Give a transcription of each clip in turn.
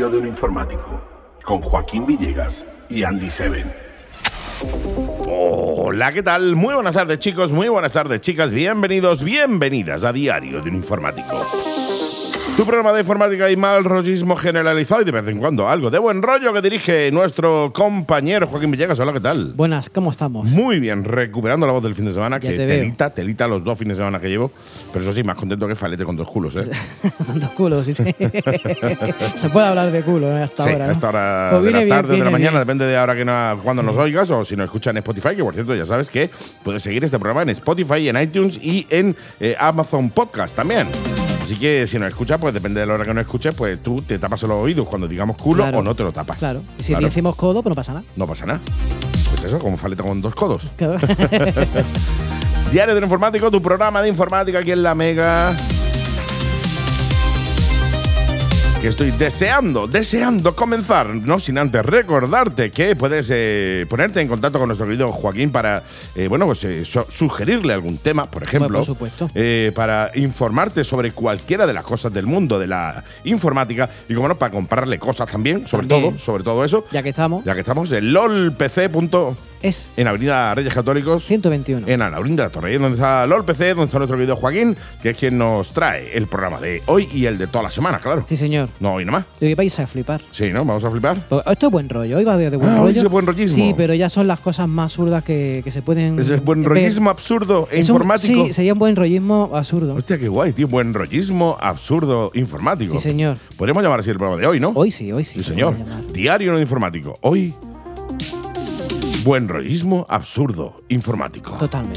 Diario de un informático, con Joaquín Villegas y Andy Seven. Hola, ¿qué tal? Muy buenas tardes, chicos, muy buenas tardes, chicas. Bienvenidos, bienvenidas a Diario de un informático. Tu programa de informática y mal rollismo generalizado y de vez en cuando algo de buen rollo que dirige nuestro compañero Joaquín Villegas. Hola, ¿qué tal? Buenas, ¿cómo estamos? Muy bien, recuperando la voz del fin de semana, Ya que telita los 2 fines de semana que llevo. Pero eso sí, más contento que Falete con 2 culos, ¿eh? Con 2 culos, sí. Se puede hablar de culo hasta ahora, ¿no? Hasta ahora Pues de la tarde o de la mañana, bien. depende de ahora cuando nos oigas o si nos escuchas en Spotify, que por cierto ya sabes que puedes seguir este programa en Spotify, en iTunes y en Amazon Podcast también. Así que si nos escuchas, pues depende de la hora que nos escuches, pues tú te tapas los oídos cuando digamos culo, claro, o no te lo tapas. Claro. Y si decimos codo, pues no pasa nada. No pasa nada. Pues eso, como Faleta con 2 codos. Claro. Diario del Informático, tu programa de informática aquí en La Mega. Que estoy deseando comenzar, no sin antes recordarte que puedes ponerte en contacto con nuestro querido Joaquín para, sugerirle algún tema, por ejemplo. Bueno, por supuesto. Para informarte sobre cualquiera de las cosas del mundo de la informática y, como no, para comprarle cosas también, sobre todo eso. Ya que estamos en lolpc.es, en Avenida Reyes Católicos 121. En Alaurín de la Torre, donde está LOLPC, donde está nuestro querido Joaquín, que es quien nos trae el programa de hoy y el de toda la semana, claro. Sí, señor. No, hoy nomás. Hoy vais a flipar. Sí, ¿no? Vamos a flipar. Pues esto es buen rollo. Hoy va de buen rollo. Hoy es buen rollismo. Sí, pero ya son las cosas más absurdas que se pueden. Es el buen rollismo absurdo e informático. Sí, sería un buen rollismo absurdo. Hostia, qué guay, tío. Buen rollismo absurdo informático. Sí, señor. Podríamos llamar así el programa de hoy, ¿no? Hoy sí. Sí, señor. Diario no informático. Hoy, buen rollismo absurdo informático. Totalmente.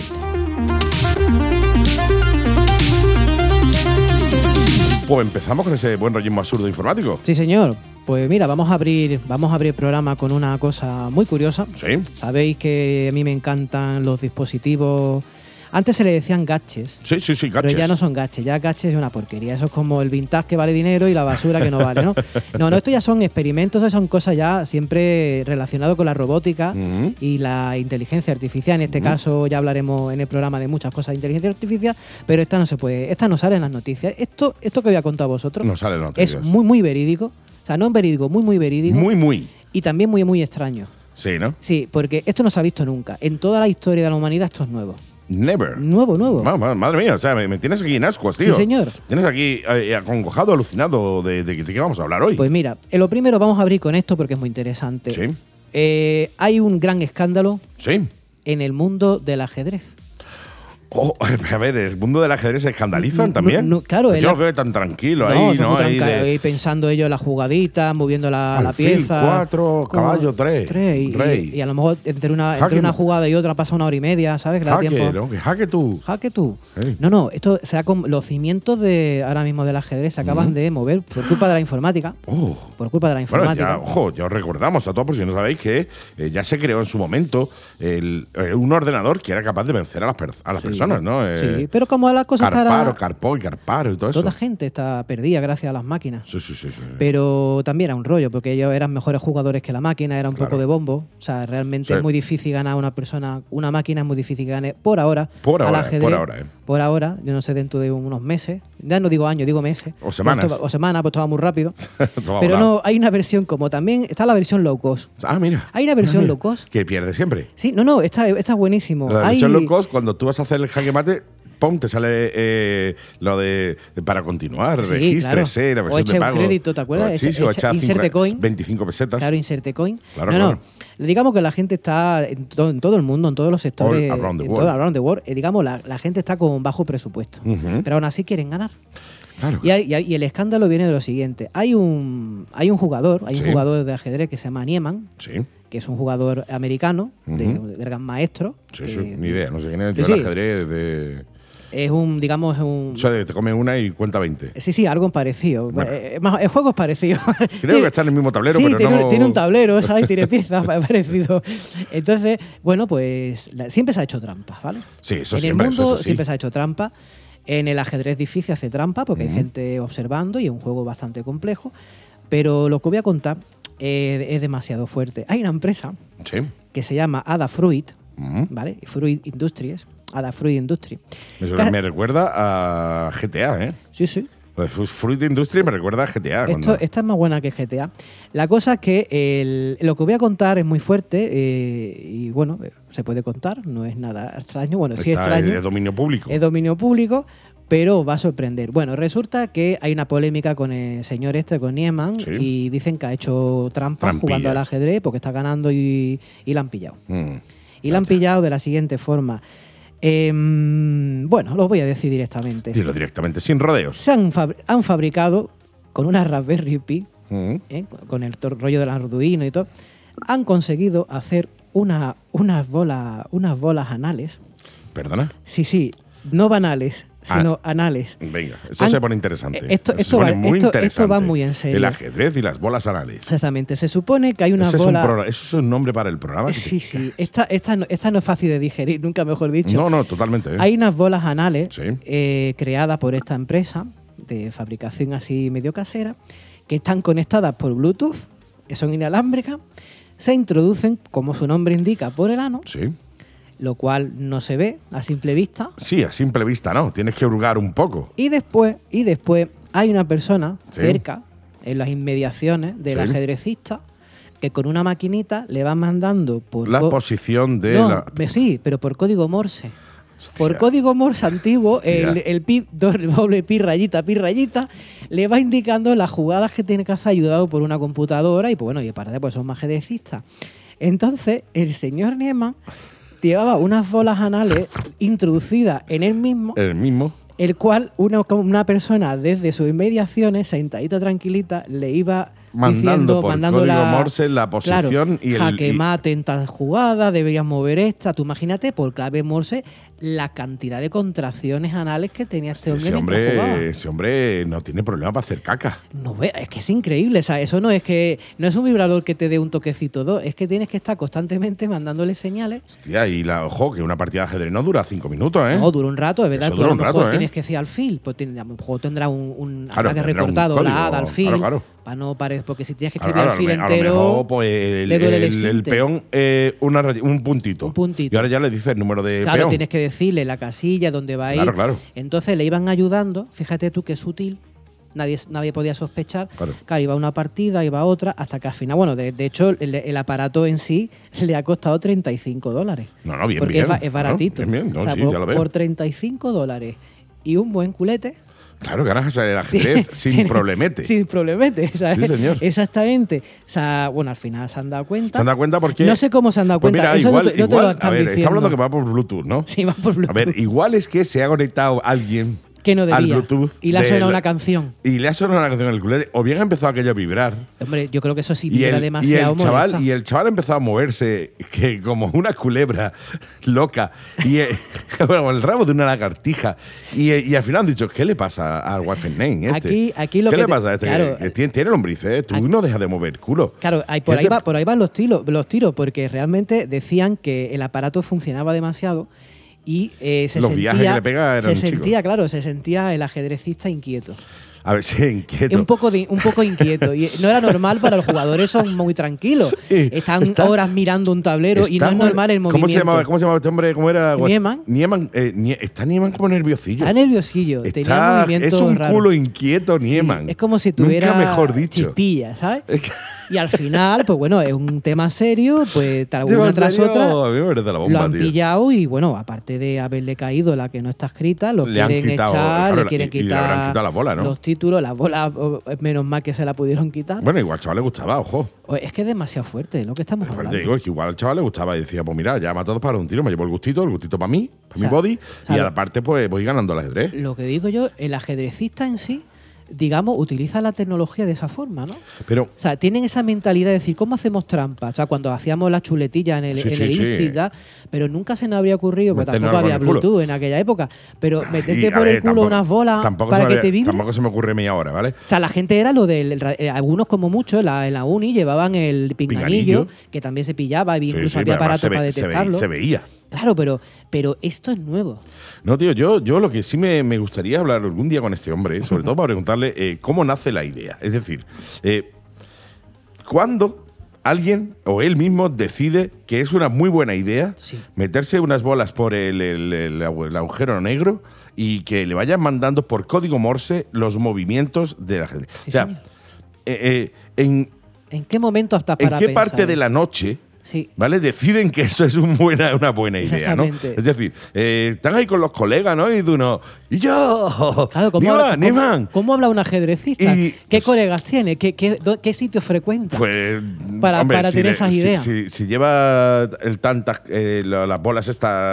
Pues empezamos con ese buen rollismo absurdo informático. Sí, señor. Pues mira, vamos a abrir el programa con una cosa muy curiosa. Sí. Sabéis que a mí me encantan los dispositivos. Antes se le decían gadgets. Sí, gadgets. Pero ya no son gadgets, ya gadgets es una porquería. Eso es como el vintage que vale dinero y la basura que no vale, ¿no? No, esto ya son experimentos, son cosas ya siempre relacionadas con la robótica y la inteligencia artificial. En este caso ya hablaremos en el programa de muchas cosas de inteligencia artificial, pero esta no se puede, esta no sale en las noticias. Esto que voy a contar a vosotros no sale en las noticias. Es muy verídico. O sea, no es verídico, muy verídico. Muy. Y también muy extraño. Sí, ¿no? Sí, porque esto no se ha visto nunca. En toda la historia de la humanidad esto es nuevo. Never. Nuevo. Madre mía, o sea, me tienes aquí en ascuas, tío. Sí, señor. Tienes aquí acongojado, alucinado de qué vamos a hablar hoy. Pues mira, lo primero vamos a abrir con esto porque es muy interesante. Sí. Hay un gran escándalo en el mundo del ajedrez. A ver, el mundo del ajedrez se escandalizan también. Claro, yo lo veo tan tranquilo ahí, ¿no? Ahí pensando ellos la jugadita, moviendo la pieza. 4, caballo 3. Rey. Y a lo mejor entre una jugada y otra pasa una hora y media, ¿sabes? Que jaque, tiempo. ¿no? Que jaque tú. Jaque tú. Hey. No, esto los cimientos de ahora mismo del ajedrez se acaban de mover por culpa de la informática. Por culpa de la informática. Bueno, ya os recordamos a todos, por si no sabéis, que ya se creó en su momento un ordenador que era capaz de vencer a las personas, ¿no? Sí, pero como las cosas Karpov y todo eso. Toda gente está perdida gracias a las máquinas. Sí. Pero también era un rollo, porque ellos eran mejores jugadores que la máquina, era un poco de bombo. O sea, realmente es muy difícil ganar a una máquina es muy difícil que gane por ahora al ajedrez. Por ahora, yo no sé, dentro de unos meses. Ya no digo años, digo meses. O semanas. Pues esto va muy rápido. Pero no, hay una versión como también está la versión low cost. Ah, mira. Hay una versión low cost. Que pierde siempre. Sí, no, está buenísimo. La versión low cost, cuando tú vas a hacer el jaque mate, ¡pum!, te sale lo de para continuar, regístrese, la versión de pago. O echa un crédito, ¿te acuerdas? O echa inserte coin. 25 pesetas. Claro, inserte coin. Claro. No. Digamos que la gente está en todo el mundo, en todos los sectores, around the world. Digamos, la gente está con bajo presupuesto. Pero aún así quieren ganar. Claro. Y el escándalo viene de lo siguiente. Hay un jugador de ajedrez que se llama Nieman. Sí. Que es un jugador americano, de gran maestro. Sí, ni idea, no sé quién es. Yo el ajedrez de... Es un. O sea, te come una y cuenta 20. Sí, algo parecido. Bueno. El juego es parecido. Creo que está en el mismo tablero, pero no. Tiene un tablero, ¿sabes? Tiene piezas parecido. Entonces, bueno, pues siempre se ha hecho trampa, ¿vale? Sí, eso en siempre. En el mundo eso sí. siempre se ha hecho trampa. En el ajedrez difícil hace trampa porque hay gente observando y es un juego bastante complejo. Pero lo que voy a contar es demasiado fuerte. Hay una empresa que se llama Adafruit, ¿vale? Fruit Industries. Adafruit Industries. Me recuerda a GTA, ¿eh? Sí. Lo de Fruit Industry me recuerda a GTA. Esta es más buena que GTA. La cosa es que lo que voy a contar es muy fuerte y bueno, se puede contar, no es nada extraño. Bueno, sí es extraño. Es dominio público. Es dominio público, pero va a sorprender. Bueno, resulta que hay una polémica con el señor con Nieman, sí. y dicen que ha hecho trampas jugando al ajedrez porque está ganando y la han pillado. Y la han pillado de la siguiente forma. Bueno, lo voy a decir directamente. Dilo directamente, sin rodeos. Se han fabricado con una Raspberry Pi, con el rollo del Arduino y todo, han conseguido hacer unas bolas anales. ¿Perdona? Sí, no banales, sino anales. Venga, eso se pone interesante. Esto va muy en serio. El ajedrez y las bolas anales. Exactamente. Se supone que hay una bola... ¿Eso es un nombre para el programa? Sí. Esta no es fácil de digerir, nunca mejor dicho. No, totalmente. Hay unas bolas anales creadas por esta empresa de fabricación así medio casera que están conectadas por Bluetooth, que son inalámbricas, se introducen, como su nombre indica, por el ano. Sí. Lo cual no se ve a simple vista. Sí, a simple vista no, tienes que hurgar un poco. Y después hay una persona cerca, en las inmediaciones del ajedrecista, que con una maquinita le va mandando por... La posición de Sí, pero por código Morse. Hostia. Por código Morse antiguo, el pi, doble pi rayita, le va indicando las jugadas que tiene que hacer ayudado por una computadora y pues bueno, y aparte pues son ajedrecistas. Entonces, el señor Nieman llevaba unas bolas anales introducidas en él mismo. El cual una persona desde sus inmediaciones, sentadita tranquilita, le iba mandando por código Morse la posición y el... jaque mate en tal jugada, deberías mover esta. Tú imagínate por clave Morse la cantidad de contracciones anales que tenía este hombre mientras jugaba. Ese hombre no tiene problema para hacer caca. No, es que es increíble. O sea, eso no es un vibrador que te dé un toquecito, es que tienes que estar constantemente mandándole señales. Hostia, y ojo, que una partida de ajedrez no dura 5 minutos, ¿eh? No, dura un rato, es verdad. Eso dura a lo mejor rato, tienes que hacer alfil, pues a lo mejor tendrá un ataque recortado, la A de alfil. Claro. Para no porque si tienes que escribir alfil entero, a lo mejor, pues, le duele el peón un puntito. Y ahora ya le dices el número de peón. Claro, tienes que decirle la casilla donde va a ir. Claro. Entonces le iban ayudando, fíjate tú qué sutil, nadie podía sospechar. Claro, iba a una partida, iba a otra, hasta que al final, bueno, de hecho, el aparato en sí le ha costado $35. No, bien, porque bien. Es baratito. Bien. O sea, sí, ya lo veo. Por $35 y un buen culete. Claro, ganas el ajedrez sin problemete. Sin problemete, ¿sabes? Sí, señor. Exactamente. O sea, bueno, al final se han dado cuenta. ¿Se han dado cuenta porque? No sé cómo se han dado cuenta. Mira, eso igual, no te lo están diciendo. Está hablando que va por Bluetooth, ¿no? Sí, va por Bluetooth. A ver, igual es que se ha conectado alguien que no debía, al Bluetooth y le ha sonado una canción. Y le ha sonado una canción en el culete, o bien ha empezado aquello a vibrar. Hombre, yo creo que eso sí vibra demasiado. Y el chaval empezó a moverse que como una culebra loca y bueno, el rabo de una lagartija. Y al final han dicho, ¿qué le pasa al Wolfenstein este? Aquí lo ¿Qué que le pasa a este? Claro, que tiene lombrices, tú no dejas de mover culo. Claro, por ahí van los tiros, porque realmente decían que el aparato funcionaba demasiado. Y los viajes que le pega eran se sentía el ajedrecista inquieto. A ver, sí, inquieto. Un poco inquieto. Y no era normal para los jugadores, son muy tranquilos. Están horas mirando un tablero y no es normal el movimiento. ¿Cómo se llamaba este hombre? ¿Cómo era? Nieman. Está Nieman como nerviosillo. Está nerviosillo. Tenía movimientos es un raros. culo inquieto, Nieman. Sí, es como si tuviera Nunca mejor dicho. chispilla, ¿sabes? Y al final, pues bueno, es un tema serio, pues una tras otra a mí me parece la bomba, lo han pillado y bueno, aparte de haberle caído la que no está escrita, lo quieren echar, le quieren quitar, le habrán quitado la bola, ¿no? Los títulos, las bolas, menos mal que se la pudieron quitar. Bueno, igual al chaval le gustaba, ojo. Es que es demasiado fuerte lo que estamos hablando. Te digo, es que igual al chaval le gustaba y decía, pues mira, ya todos para un tiro, me llevo el gustito para mí, para mi body, y aparte pues voy ganando el ajedrez. Lo que digo yo, el ajedrecista en sí, digamos, utiliza la tecnología de esa forma, ¿no? Pero, o sea, tienen esa mentalidad de decir, ¿cómo hacemos trampas? O sea, cuando hacíamos las chuletillas en el Instinct, pero nunca se nos habría ocurrido, porque tampoco había Bluetooth en aquella época, pero meterte por el culo unas bolas para que te vibre. Tampoco se me ocurre a mí ahora, ¿vale? O sea, la gente era lo del... algunos como muchos en la uni llevaban el pinganillo, que también se pillaba, incluso había aparatos para detectarlo. Se veía. Claro, pero esto es nuevo. No, tío, yo lo que sí me gustaría hablar algún día con este hombre, sobre todo para preguntarle cómo nace la idea. Es decir, ¿cuándo alguien o él mismo decide que es una muy buena idea Sí. meterse unas bolas por el agujero negro y que le vayan mandando por código Morse los movimientos del ajedrez. Sí, o sea, señor. ¿en ¿En qué momento estás para qué pensar parte de eso? la noche Sí. ¿vale? Deciden que eso es una buena idea, ¿no? Exactamente. Es decir, están ahí con los colegas, ¿no? Y tú no. ¡Y yo! Claro, ¿cómo habla un ajedrecista? Y, ¿Qué colegas tiene? ¿Qué sitios frecuenta? Pues, para hombre, tener esas ideas. Si lleva las bolas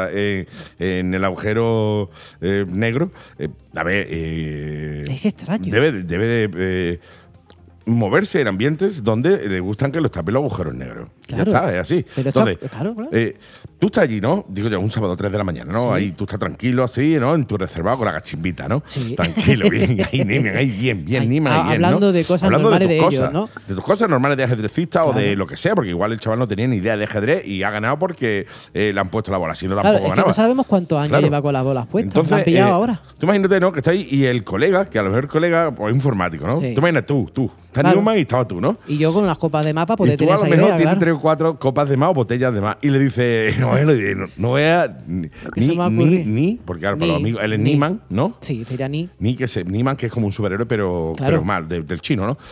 en el agujero negro, a ver. Es que extraño. Debe de moverse en ambientes donde le gustan que los tapen los agujeros negros. Claro. Ya está, es así. Pero Entonces, claro. tú estás allí, ¿no? Digo yo, un sábado 3 de la mañana, ¿no? Sí. Ahí tú estás tranquilo así, ¿no? En tu reservado con la cachimbita, ¿no? Sí. Tranquilo, bien, ahí, Niman, ahí, bien, Ay, Niman, ahí, bien, hablando ¿no? de cosas Hablando normales tus de ellos, cosas, ¿no? De tus cosas normales de ajedrecista o de Claro. lo que sea, porque igual el chaval no tenía ni idea de ajedrez y ha ganado porque le han puesto la bola, si no Claro, tampoco es que ganaba. no sabemos cuántos años Claro. lleva con las bolas puestas. Entonces, ¿Lo han pillado ahora? Tú imagínate, ¿no? Que está ahí y el colega, que a lo mejor el colega pues, es informático, ¿no? Sí. Tú imaginas tú. Está Claro. Newman y estaba tú, ¿no? Y yo con unas copas de mapa Y poder tú tener a lo esa mejor idea, tienes claro. 3 o 4 copas de más o botellas de más. Y le dice, no vea ¿Qué se me va a ocurrir? porque claro, para Ni, los amigos, él es ni. Niemann, ¿no? Sí, sería ni. Niemann, que es como un superhéroe, pero Claro. mal, del chino, ¿no?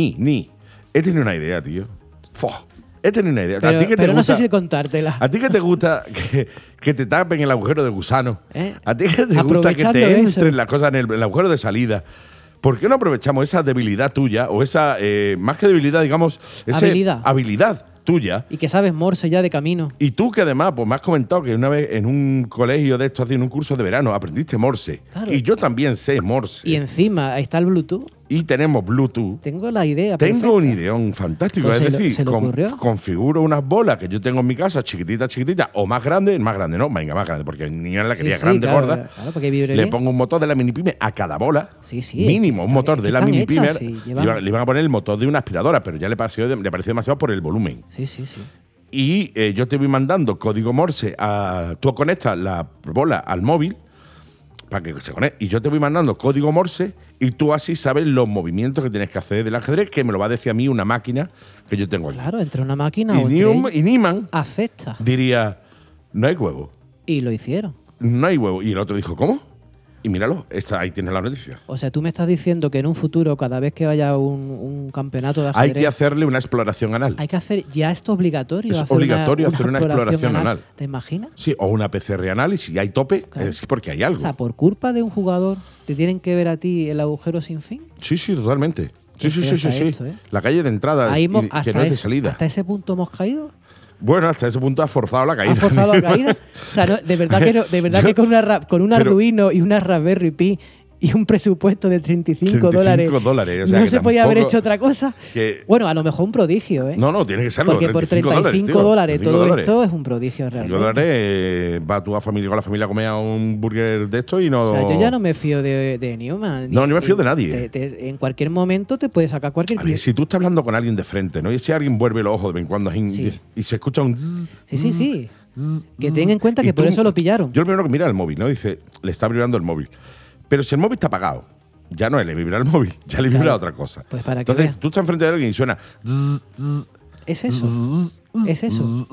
He tenido una idea, tío. He tenido una idea. Pero, ¿A ti que te pero no gusta, sé si contártela. ¿A ti que te gusta que te tapen el agujero de gusano? ¿Eh? ¿A ti que te gusta que Aprovechando te eso. entren las cosas en el agujero de salida? ¿Por qué no aprovechamos esa debilidad tuya o esa, más que debilidad, digamos, esa habilidad tuya? Y que sabes Morse ya de camino. Y tú que además, pues me has comentado que una vez en un colegio de esto, haciendo un curso de verano, aprendiste Morse. Claro. Y yo también sé Morse. Y encima ahí está el Bluetooth. Y tenemos Bluetooth. Tengo la idea. Tengo perfecta. un ideón fantástico. Pues es se le decir, ocurrió. configuro unas bolas que yo tengo en mi casa, chiquititas, o más grande, no, venga, más grande, porque el niño la quería Sí, grande, claro, gorda. Claro, porque vibre Le bien. pongo un motor de la mini pyme a cada bola. Sí, sí, Mínimo, un están- motor de la están mini pyme. hechas, sí, llevan- Le iban a poner el motor de una aspiradora, pero ya le pareció demasiado por el volumen. Sí. Y yo te voy mandando código Morse. Tú conectas la bola al móvil para que se conecte. Y yo te voy mandando código Morse y tú así sabes los movimientos que tienes que hacer del ajedrez, que me lo va a decir a mí una máquina que yo tengo aquí. Claro, entre una máquina o Y entre Niemann acepta. diría, no hay huevo, Y lo hicieron. no hay huevo. Y el otro dijo, ¿cómo? Y míralo, ahí tienes la noticia. O sea, tú me estás diciendo que en un futuro, cada vez que vaya un campeonato de Hay ajedrez, que hacerle una exploración anal. hay que hacer, ya esto obligatorio. Es obligatorio hacer una exploración anal. ¿Te imaginas? Sí, o una PCR anal, y si hay tope, Claro. es porque hay algo. O sea, por culpa de un jugador, ¿te tienen que ver a ti el agujero sin fin? Sí, totalmente. Qué Sí. feo está esto, ¿eh? La calle de entrada Ahí y que hasta, no es de salida. ¿Hasta ese punto hemos caído? Bueno, hasta ese punto has forzado la caída. ¿Has forzado la caída? O sea, no, de verdad que, no, de verdad Yo- que con un pero- Arduino y una Raspberry Pi y un presupuesto de 35 dólares, $35, o sea, no que se podía haber tampoco- hecho otra cosa. que- Bueno, a lo mejor un prodigio, ¿eh? No, tiene que serlo. Porque por 35 dólares, tío, todo 35 esto es un prodigio 5 realmente. dólares, va tú con la familia a comer a un burger de esto y no. O sea, yo ya no me fío de Newman. No, ni me fío de nadie. En cualquier momento te puede sacar cualquier A ver, pieza. si tú estás hablando con alguien de frente, ¿no? Y si alguien vuelve los ojos de vez en cuando Sí. y se escucha un zzz, Sí. Que ten en cuenta y que por tú- eso lo pillaron. Yo lo primero que mira el móvil, ¿no? Dice, le está vibrando el móvil. Pero si el móvil está apagado, ya no le vibra el móvil, ya le vibra Claro. otra cosa. Pues para que Entonces, veas. tú estás enfrente de alguien y suena. Es eso. Es eso.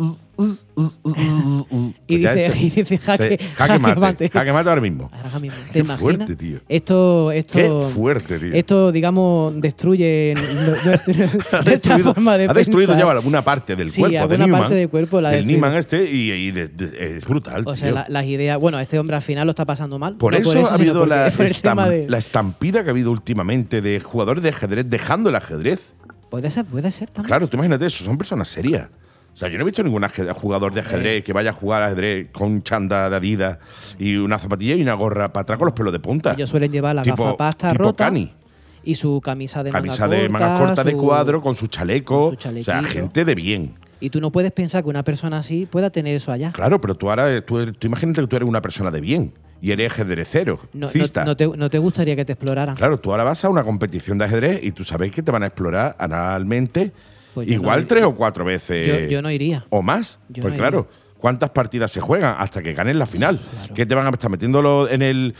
Y Ya dice, está. jaque Jaque mate. Jaque mate ahora mismo. Ahora mismo. ¿Te Qué imaginas? fuerte, tío. Esto, Qué fuerte, tío. Esto, digamos, destruye nuestra Ha destruido, forma de ha destruido pensar. ya alguna parte del Sí, cuerpo de alguna Newman. parte del cuerpo la ha del destruido. Niemann es brutal, O tío. sea, las ideas. Bueno, este hombre al final lo está pasando mal. Por No eso ha sino habido porque- por el tema de- la estampida que ha habido últimamente de jugadores de ajedrez dejando el ajedrez. Puede ser también. Claro, tú imagínate eso, son personas serias. O sea, yo no he visto ningún jugador de ajedrez que vaya a jugar ajedrez con chanda de Adidas y una zapatilla y una gorra para atrás con los pelos de punta. Ellos suelen llevar la Tipo- gafapasta tipo rota Cani. y su camisa de Camisa manga de manga corta de su- cuadro con su chaleco. con su O sea, chalequito. gente de bien. Y tú no puedes pensar que una persona así pueda tener eso allá. Claro, pero tú ahora, tú imagínate que tú eres una persona de bien y eres ajedrecero, No cista. te gustaría que te exploraran. Claro, tú ahora vas a una competición de ajedrez y tú sabes que te van a explorar analmente Pues yo igual no- 3 o 4 veces. Yo no iría. O más. Yo Pues no claro, ¿cuántas partidas se juegan hasta que ganen la final? Claro. ¿Qué te van a estar metiéndolo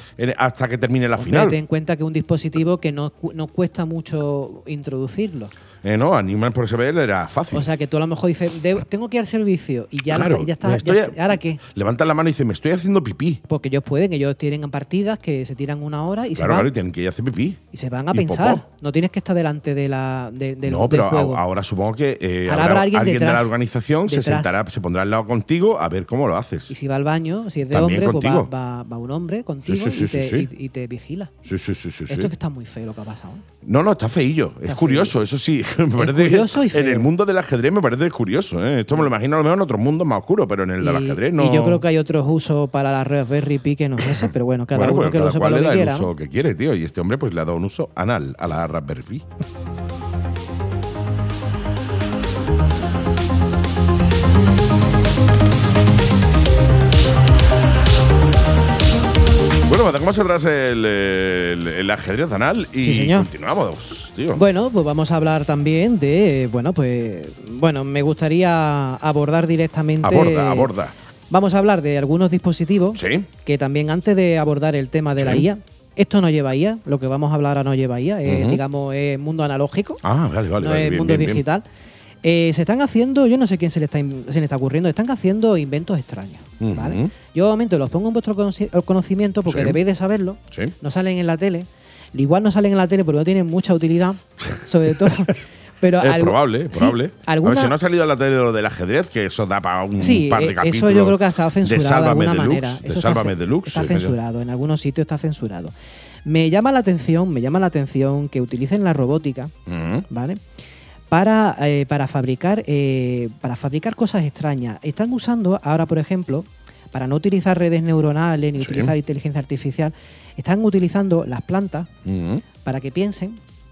hasta que termine la Hombre, final? ten en cuenta que es un dispositivo que no cuesta mucho introducirlo. No, Animal por saber era fácil. O sea, que tú a lo mejor dices, tengo que ir al servicio y ya, Claro, ya está. ¿Ahora qué? Levantan la mano y dicen, me estoy haciendo pipí. Porque ellos tienen partidas que se tiran 1 hora y Claro, se y tienen que ir a hacer pipí. van a Y pensar. popó. No tienes que estar delante del No, pero juego. ahora supongo que Ahora habrá alguien de la detrás, organización se pondrá al lado contigo a ver cómo lo haces. Y si va al baño, si es de También hombre, pues contigo. va un hombre contigo Sí. y te vigila. Sí. Esto es que está muy feo lo que ha pasado. No, está feillo. Es curioso, eso sí. Me parece curioso y feo. En el mundo del ajedrez me parece curioso. Esto me lo imagino a lo mejor en otros mundos más oscuros, pero en el del ajedrez no. Y yo creo que hay otros usos para la Raspberry Pi que no es ese, pero bueno, cada uno pues que lo sepa cual lo le que da quiera. el uso que quiere, tío. Y este hombre pues le ha dado un uso anal a la Raspberry Pi. Bueno, dejamos atrás el ajedrez anal y Sí, señor. continuamos, tío. Bueno, pues vamos a hablar también de, me gustaría abordar directamente. Aborda. Vamos a hablar de algunos dispositivos Sí. que también antes de abordar el tema de la Sí. IA, esto no lleva IA, lo que vamos a hablar ahora no lleva IA, Ujú. es mundo analógico, Vale. no es bien, mundo bien. digital. Se están haciendo, yo no sé quién se le está ocurriendo, están haciendo inventos extraños, ¿vale? Ujú. Yo obviamente los pongo en vuestro conocimiento porque Sí. debéis de saberlo, Sí. no salen en la tele, igual no salen en la tele porque no tienen mucha utilidad, sobre todo, pero Es probable. sí, A ver, si no ha salido en la tele lo del ajedrez, que eso da para un par de capítulos. eso yo creo que ha estado de censurado de Sálvame alguna Deluxe, manera. de Eso Sálvame Deluxe. está censurado, en algunos sitios está censurado. Me llama la atención que utilicen la robótica, Ujú. ¿vale? Para fabricar cosas extrañas. Están usando ahora, por ejemplo, para no utilizar redes neuronales ni Sí. utilizar inteligencia artificial, están utilizando las plantas Ujú. para que piensen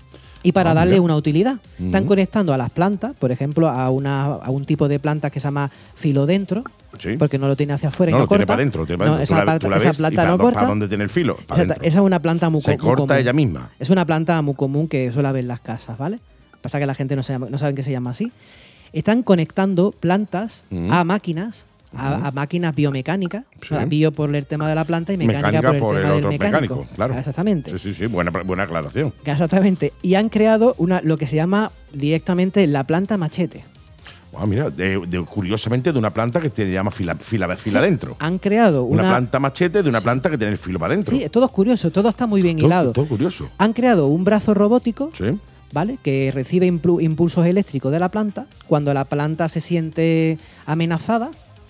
y para darle mira. una utilidad. Están Ujú. conectando a las plantas, por ejemplo, a un tipo de planta que se llama filodendro, Sí. porque no lo tiene hacia afuera No, y no lo tiene corta. para adentro. No, Tú esa la ves planta y no corta. ¿para dónde tiene el filo? Para Exacto, adentro. esa es una planta muy Se muy común. corta ella misma. Es una planta muy común que suele haber en las casas, ¿vale? Pasa que la gente no saben que se llama así. Están conectando plantas Ujú. a máquinas, a máquinas biomecánicas. Sí. O sea, bio por el tema de la planta y mecánica por el tema del otro mecánico. claro. Exactamente. Sí. Buena aclaración. Exactamente. Y han creado lo que se llama directamente la planta machete. Mira, curiosamente de una planta que se llama fila dentro. Han creado Una planta machete de una planta que tiene el filo para adentro. Sí, todo es curioso, todo está muy bien hilado. Todo curioso. Han creado un brazo robótico, Sí. ¿vale? Que recibe impulsos eléctricos de la planta. Cuando la planta se siente amenazada,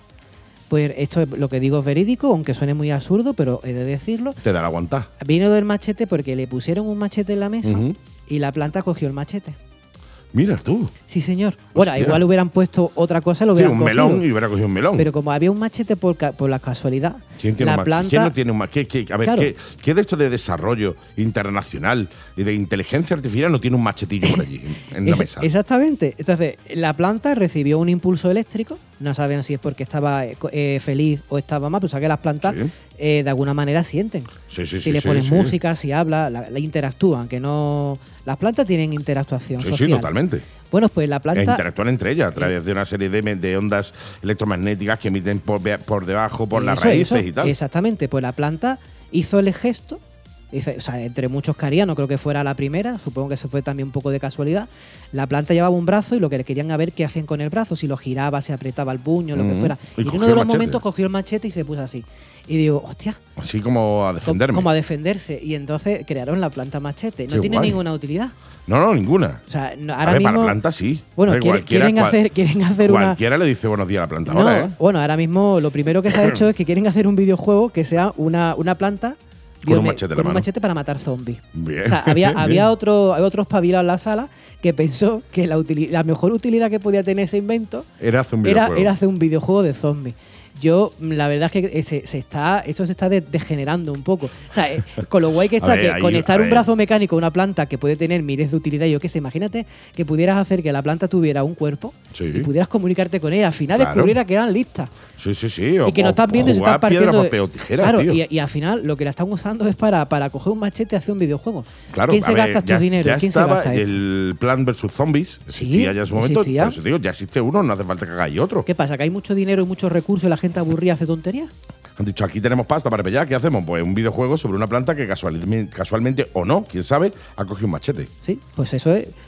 pues esto es lo que digo es verídico, aunque suene muy absurdo, pero he de decirlo. Te da la aguantar. Vino del machete porque le pusieron un machete en la mesa Ujú. y la planta cogió el machete. Mira tú. Sí, señor. Bueno, Hostia. igual hubieran puesto otra cosa, lo Sí, hubieran un cogido. melón y hubiera cogido un melón. Pero como había un machete por la casualidad, ¿Quién tiene la un planta… ¿Quién no tiene un machete? A ver, Claro. ¿qué de esto de desarrollo internacional y de inteligencia artificial no tiene un machetillo por allí en la mesa? Exactamente. Entonces, la planta recibió un impulso eléctrico. No saben si es porque estaba feliz o estaba mal, pero sabes que las plantas Sí. de alguna manera sienten. Sí, Si le pones música, si habla, la interactúan, que no… Las plantas tienen interactuación Sí, social. sí, totalmente. Bueno, pues la E planta… interactúan entre ellas a través de una serie de ondas electromagnéticas que emiten por debajo, por las Eso, raíces eso, y tal. Exactamente, pues la planta hizo el gesto, o sea, entre muchos que haría, no creo que fuera la primera, supongo que se fue también un poco de casualidad. La planta llevaba un brazo y lo que querían a ver qué hacían con el brazo, si lo giraba, se apretaba el puño, lo que fuera. Y Y en cogió uno de el los machete. momentos cogió el machete y se puso así. Y digo, hostia, Así como a defenderme. como a defenderse. Y entonces crearon la planta machete. No Qué tiene guay. ninguna utilidad. No, ninguna. O sea, A ahora ver, mismo… para planta sí. Bueno, A ver, quieren hacer una… Cualquiera le dice buenos días a la planta No, ahora, ¿eh? bueno, ahora mismo lo primero que se ha hecho es que quieren hacer un videojuego que sea una planta Con un machete en la con un mano. machete para matar zombies. Bien. O sea, había otro espabilado en la sala que pensó que la mejor utilidad que podía tener ese invento Era hacer un era videojuego. hacer un videojuego de zombies. Yo, la verdad es que esto se está degenerando un poco. O sea, con lo guay que está, A ver, que ahí- conectar a un ver. brazo mecánico a una planta que puede tener miles de utilidades, yo qué sé, imagínate que pudieras hacer que la planta tuviera un cuerpo Sí. y pudieras comunicarte con ella. Al final Claro. descubriera que eran listas. Sí. Y que no estás viendo y se jugar están partiendo. piedra, papel o tijera, claro, tío. y al final lo que la están usando es para coger un machete y hacer un videojuego. Claro, ¿Quién se a ver, gasta ya- estos dineros? Ya ¿Quién se estaba gasta eso? el Plan versus Zombies. Existía ya en su momento. existía. Por eso digo, ya existe uno, no hace falta que hagáis otro. ¿Qué pasa? ¿Que hay mucho dinero y muchos recursos y la gente aburrida hace tonterías? Han dicho, aquí tenemos pasta para pellar, ¿qué hacemos? Pues un videojuego sobre una planta que casualmente o no, quién sabe, ha cogido un machete. Sí, pues eso es.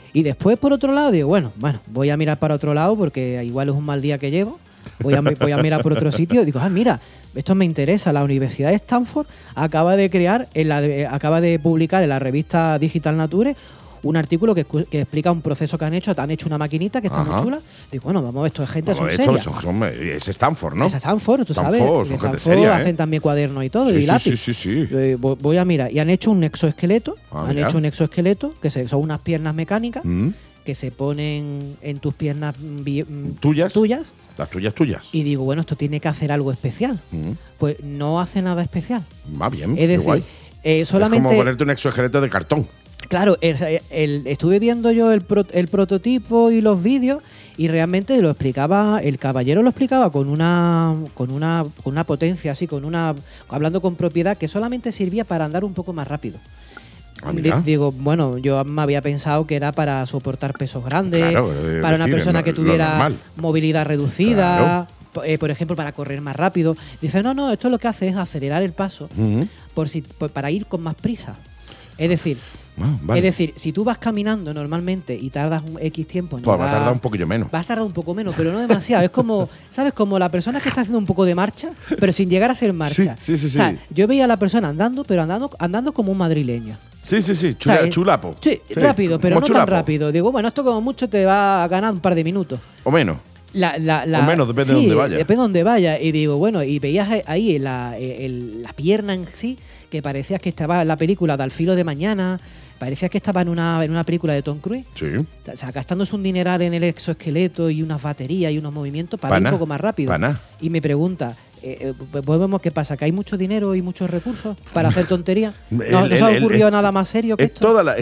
Y después, por otro lado, digo, bueno, voy a mirar para otro lado porque igual es un mal día que llevo. Voy a mirar por otro sitio. Digo, mira, esto me interesa. La Universidad de Stanford acaba de publicar en la revista Digital Nature un artículo que explica un proceso que han hecho una maquinita que está muy chula. Digo, bueno, vamos, esto es gente, son serias. Es Stanford, ¿no? Es Stanford, tú sabes. Son gente seria, hacen también cuadernos y todo, y lápiz. Sí. Voy a mirar. Y han hecho un exoesqueleto. Que son unas piernas mecánicas que se ponen en tus piernas tuyas. Las tuyas. Y digo, bueno, esto tiene que hacer algo especial. Pues no hace nada especial. Va bien, es decir, guay. Solamente. Es como ponerte un exoesqueleto de cartón. Claro, estuve viendo yo el prototipo y los vídeos y realmente el caballero lo explicaba con una potencia así, hablando con propiedad, que solamente servía para andar un poco más rápido. Digo, bueno, yo me había pensado que era para soportar pesos grandes, para una persona que tuviera movilidad reducida, por ejemplo, para correr más rápido. Dice, no, esto lo que hace es acelerar el paso para ir con más prisa. Es decir, vale. Es decir, si tú vas caminando normalmente y tardas un X tiempo en pues va a tardar un poquillo menos. Vas a tardar un poco menos, pero no demasiado. Es como, ¿sabes? Como la persona que está haciendo un poco de marcha, pero sin llegar a ser marcha. Sí. O sea, yo veía a la persona andando, pero andando como un madrileño. Sí. Chulapo. Sí, rápido, pero no tan rápido. Digo, bueno, esto como mucho te va a ganar un par de minutos. O menos. O menos, depende de dónde vaya. Depende de dónde vaya. Y digo, bueno, y veías ahí la pierna en sí, que parecías que estaba en la película de Al filo de mañana. Parecía que estaba en una película de Tom Cruise. Sí. O sea, gastándose un dineral en el exoesqueleto y unas baterías y unos movimientos para ir un poco más rápido. Y me pregunta, ¿vemos qué pasa? ¿Que hay mucho dinero y muchos recursos para hacer tonterías? ¿No se ha ocurrido nada más serio que esto? Da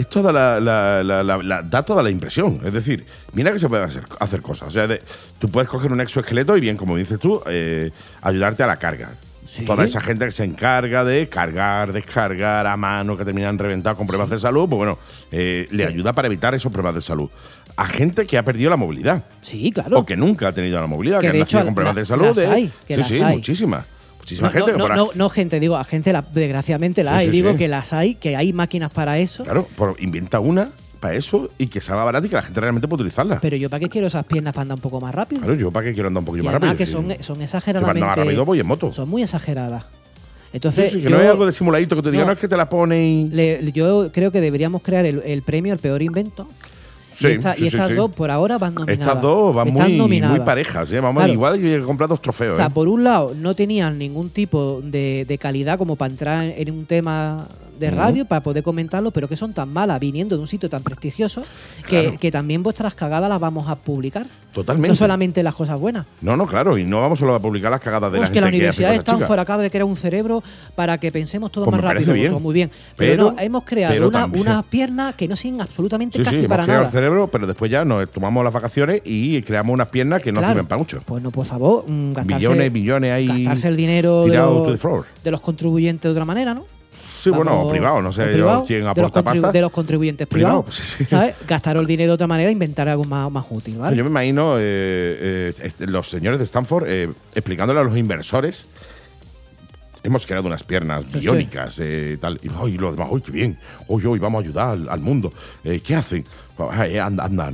toda la impresión. Es decir, mira que se pueden hacer cosas. O sea, tú puedes coger un exoesqueleto y bien, como dices tú, ayudarte a la carga. ¿Sí? Toda esa gente que se encarga de cargar, descargar a mano, que terminan reventados con problemas de salud, pues bueno, le ayuda para evitar esos problemas de salud. A gente que ha perdido la movilidad. Sí, claro. O que nunca ha tenido la movilidad, que han nacido con problemas de salud. Muchísima gente. No, gente, digo, a gente desgraciadamente hay. Digo que las hay, que hay máquinas para eso. Claro, inventa una para eso y que salga barata y que la gente realmente pueda utilizarla. Pero yo, ¿para qué quiero esas piernas para andar un poco más rápido? Claro, yo, ¿para qué quiero andar un poquito más rápido? rápido? Que son exageradamente. Más rápido voy en moto. Son muy exageradas. Entonces, que no hay algo de simuladito que te diga, no es que te la pone y. Yo creo que deberíamos crear el premio al peor invento. Y estas dos por ahora van nominadas. Estas dos van muy parejas, ¿eh? Vamos, claro. Igual que comprar 2 trofeos. O sea, por un lado, no tenían ningún tipo de calidad como para entrar en un tema de radio, para poder comentarlo, pero que son tan malas viniendo de un sitio tan prestigioso que también vuestras cagadas las vamos a publicar. Totalmente. No solamente las cosas buenas. No, claro, y no vamos solo a publicar las cagadas de la gente que la Universidad de Stanford Stanford acaba de crear un cerebro para que pensemos todo más rápido. Todo muy bien. Pero no, hemos creado unas piernas que no sirven absolutamente casi para nada. Hemos creado el cerebro, pero después ya nos tomamos las vacaciones y creamos unas piernas que no sirven para mucho. Pues no, por favor, millones ahí. Gastarse el dinero de los contribuyentes de otra manera, ¿no? Sí, bueno, privado, no sé quién aporta pasta. De los contribuyentes privados, ¿sabes? Gastar el dinero de otra manera e inventar algo más útil, ¿vale? Yo me imagino los señores de Stanford explicándole a los inversores: hemos creado unas piernas biónicas, tal. Y los demás, ¡ay, qué bien! ¡Hoy vamos a ayudar al mundo! ¿Qué hacen? Anda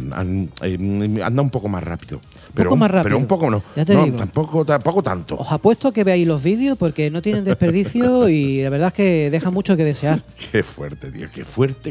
un poco más rápido. Pero un poco no. Ya te digo. Tampoco tanto. Os apuesto que veáis los vídeos porque no tienen desperdicio y la verdad es que dejan mucho que desear. Qué fuerte, tío. Qué fuerte.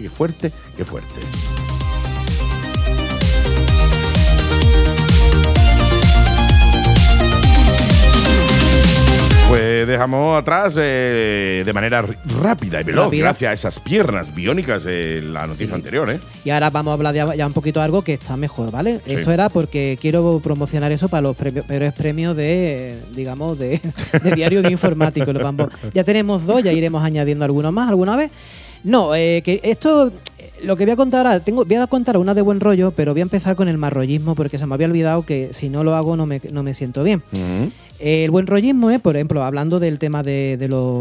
Pues dejamos atrás de manera rápida y veloz, gracias a esas piernas biónicas la noticia anterior, ¿eh? Y ahora vamos a hablar ya un poquito de algo que está mejor, ¿vale? Sí. Esto era porque quiero promocionar eso para los peores premios de Diario de Informático. Ya tenemos 2, ya iremos añadiendo algunos más alguna vez. No, que esto, lo que voy a contar ahora, voy a contar una de buen rollo, pero voy a empezar con el marrollismo porque se me había olvidado que si no lo hago no me siento bien. El buen rollismo es, por ejemplo, hablando del tema de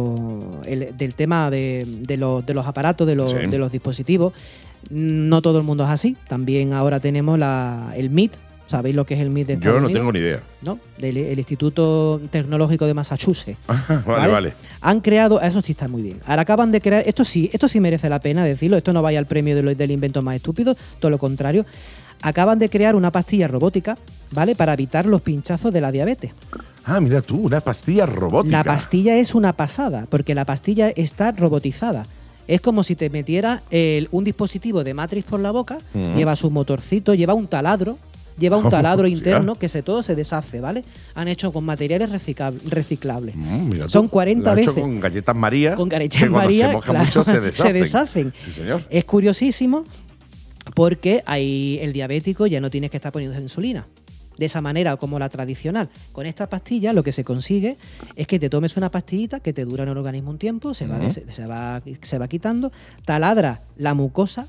los aparatos, de los dispositivos, no todo el mundo es así. También ahora tenemos el Meet. ¿Sabéis lo que es el MIT de Estados Yo no Unidos? tengo ni idea. ¿No? El Instituto Tecnológico de Massachusetts. Vale. Han creado, eso sí está muy bien. Ahora acaban de crear, esto sí merece la pena decirlo, esto no vaya al premio del invento más estúpido, todo lo contrario. Acaban de crear una pastilla robótica, ¿vale? Para evitar los pinchazos de la diabetes. Ah, mira tú, una pastilla robótica. La pastilla es una pasada, porque la pastilla está robotizada. Es como si te metiera un dispositivo de Matrix por la boca, lleva su motorcito, lleva un taladro interno que todo se deshace, ¿vale? Han hecho con materiales reciclables. Mira Son tú, 40 lo han hecho veces. con galletas María. Con galletas que cuando María, se moja claro, mucho se deshacen. se deshacen. Sí, señor. Es curiosísimo porque ahí el diabético ya no tienes que estar poniendo insulina. De esa manera como la tradicional. Con esta pastilla lo que se consigue es que te tomes una pastillita que te dura en el organismo un tiempo, se va quitando, taladra la mucosa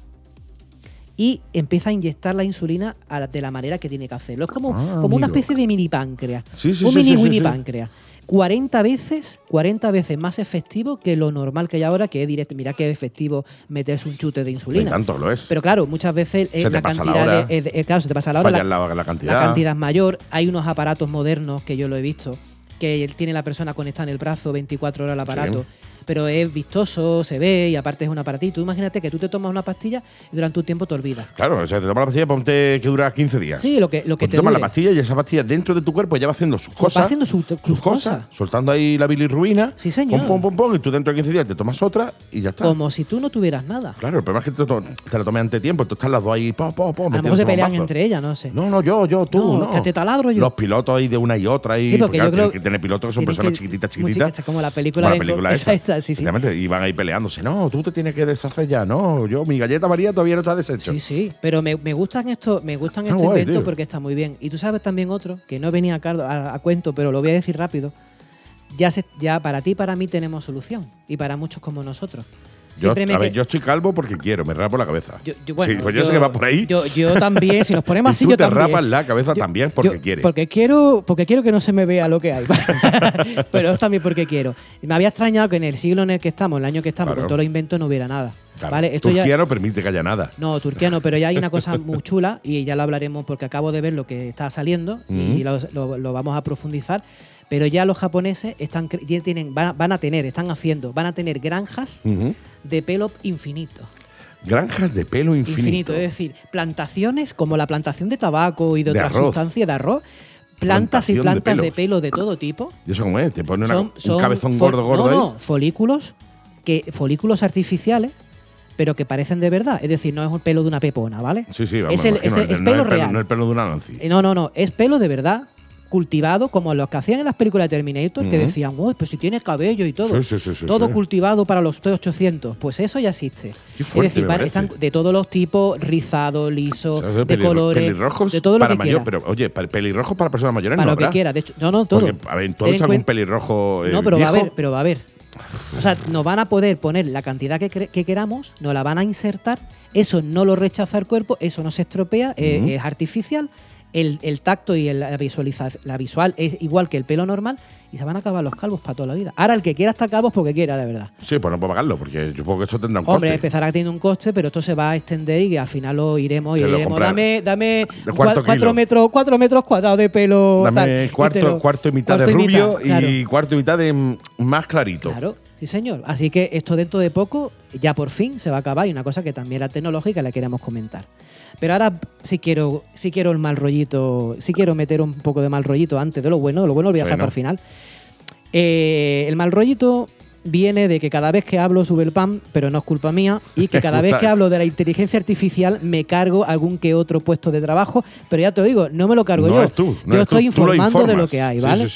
y empieza a inyectar la insulina de la manera que tiene que hacerlo. Es como una especie de mini páncreas. Un mini páncreas. 40 veces más efectivo que lo normal que hay ahora, que es directo. Mira qué efectivo meterse un chute de insulina. Y tanto lo es. Pero claro, muchas veces la cantidad claro, se te pasa la hora. La cantidad. La cantidad es mayor. Hay unos aparatos modernos que yo lo he visto, que tiene la persona conectada en el brazo 24 horas el aparato. Sí. Pero es vistoso, se ve y aparte es un aparatito. Imagínate que tú te tomas una pastilla y durante un tiempo te olvidas. Claro, o sea, te tomas la pastilla, ponte que dura 15 días. Sí, lo que Pues te tomas dure. la pastilla y esa pastilla dentro de tu cuerpo ya va haciendo sus cosas. Va haciendo sus cosas. Soltando ahí la bilirrubina. Sí, señor. Pum, y tú dentro de 15 días te tomas otra y ya está. Como si tú no tuvieras nada. Claro, el problema es que te lo tomes ante tiempo. Tú estás las dos ahí, A lo mejor se pelean entre ellas, no sé. No, yo, tú, no. Que te taladro yo. Los pilotos ahí de una y otra. Sí, porque yo creo que tiene pilotos que son tienen personas que- chiquititas. Como la película Como la película esa. Sí. Exactamente. Y van ahí peleándose. No, tú te tienes que deshacer ya. No, mi galleta María todavía no se ha deshecho. Sí, pero me gustan estos guay, inventos tío. porque está muy bien. Y tú sabes también otro, que no venía a cuento, pero lo voy a decir rápido. Ya para ti y para mí tenemos solución. Y para muchos como nosotros. Yo estoy calvo porque quiero, me rapo la cabeza. Bueno, sí, pues yo sé que va por ahí. Yo también, si nos ponemos Y así, tú yo te también. rapas la cabeza también porque quieres. Porque quiero que no se me vea lo que hay. Pero es también porque quiero. Me había extrañado que en el siglo en el que estamos, el año que estamos, Claro. con todos los inventos no hubiera nada. Claro. ¿Vale? Esto Turquía no permite que haya nada. No, Turquía no, pero ya hay una cosa muy chula y ya lo hablaremos porque acabo de ver lo que está saliendo y lo vamos a profundizar. Pero ya los japoneses están a tener granjas de pelo infinito. Granjas de pelo infinito. Es decir, plantaciones como la plantación de tabaco y de otras arroz. sustancias de arroz, plantas y Plantación de plantas de pelos. pelo de todo tipo. ¿Y eso cómo es? ¿Te pone un Son cabezón gordo ahí? No, folículos artificiales, pero que parecen de verdad. Es decir, no es un pelo de una pepona, ¿vale? Sí, vamos. Es pelo real. No es el pelo de una Nancy. No, es pelo de verdad, cultivado, como los que hacían en las películas de Terminator, que decían, uy, pero si tiene cabello y todo. Sí, todo sí. cultivado para los T800. Pues eso ya existe. Qué fuerte, es decir, me están parece. de todos los tipos, rizado, liso, O sea, de colores, pelirrojos de todo lo para que mayor, quiera. pero oye, pelirrojos para personas mayores Para no lo que habrá. quiera. De hecho, no, todo. Porque, a ver, ¿tú Ten has en visto algún cuenta- pelirrojo No, pero viejo? va a haber. O sea, nos van a poder poner la cantidad que queramos, nos la van a insertar, eso no lo rechaza el cuerpo, eso no se estropea, es artificial, el tacto y la visual es igual que el pelo normal y se van a acabar los calvos para toda la vida. Ahora el que quiera estar calvo es porque quiera, de verdad. Sí, pues no puedo pagarlo, porque yo supongo que esto tendrá un Hombre, coste. empezará teniendo un coste, pero esto se va a extender y al final lo iremos y Te lo diremos, compras dame de cuarto 4 metros cuadrados de pelo. Dame tal, cuarto y mitad de cuarto y rubio mitad, claro. y cuarto y mitad de más clarito. Claro, sí señor. Así que esto dentro de poco ya por fin se va a acabar y una cosa que también era tecnológica la queremos comentar. Pero ahora sí quiero el mal rollito, sí quiero meter un poco de mal rollito antes de lo bueno lo voy a dejar ¿no? para el final. El mal rollito viene de que cada vez que hablo sube el pan, pero no es culpa mía, y que cada vez que hablo de la inteligencia artificial me cargo algún que otro puesto de trabajo, pero ya te lo digo, no me lo cargo No yo. eres tú, no yo eres tú, estoy tú lo informando de lo informas. que hay, Sí, ¿vale? Sí.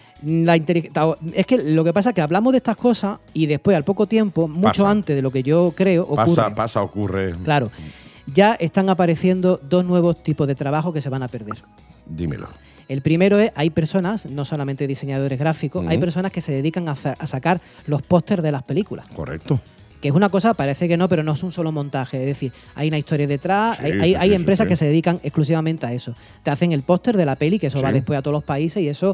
Es que lo que pasa es que hablamos de estas cosas y después, al poco tiempo, mucho Pasa. antes de lo que yo creo, ocurre. Ocurre. Claro, ya están apareciendo dos nuevos tipos de trabajo que se van a perder. Dímelo. El primero es, hay personas, no solamente diseñadores gráficos, hay personas que se dedican a sacar los pósters de las películas. Correcto. Que es una cosa, parece que no, pero no es un solo montaje. Es decir, hay una historia detrás, Sí, hay sí, empresas sí. que se dedican exclusivamente a eso. Te hacen el póster de la peli, que eso Sí. va después a todos los países y eso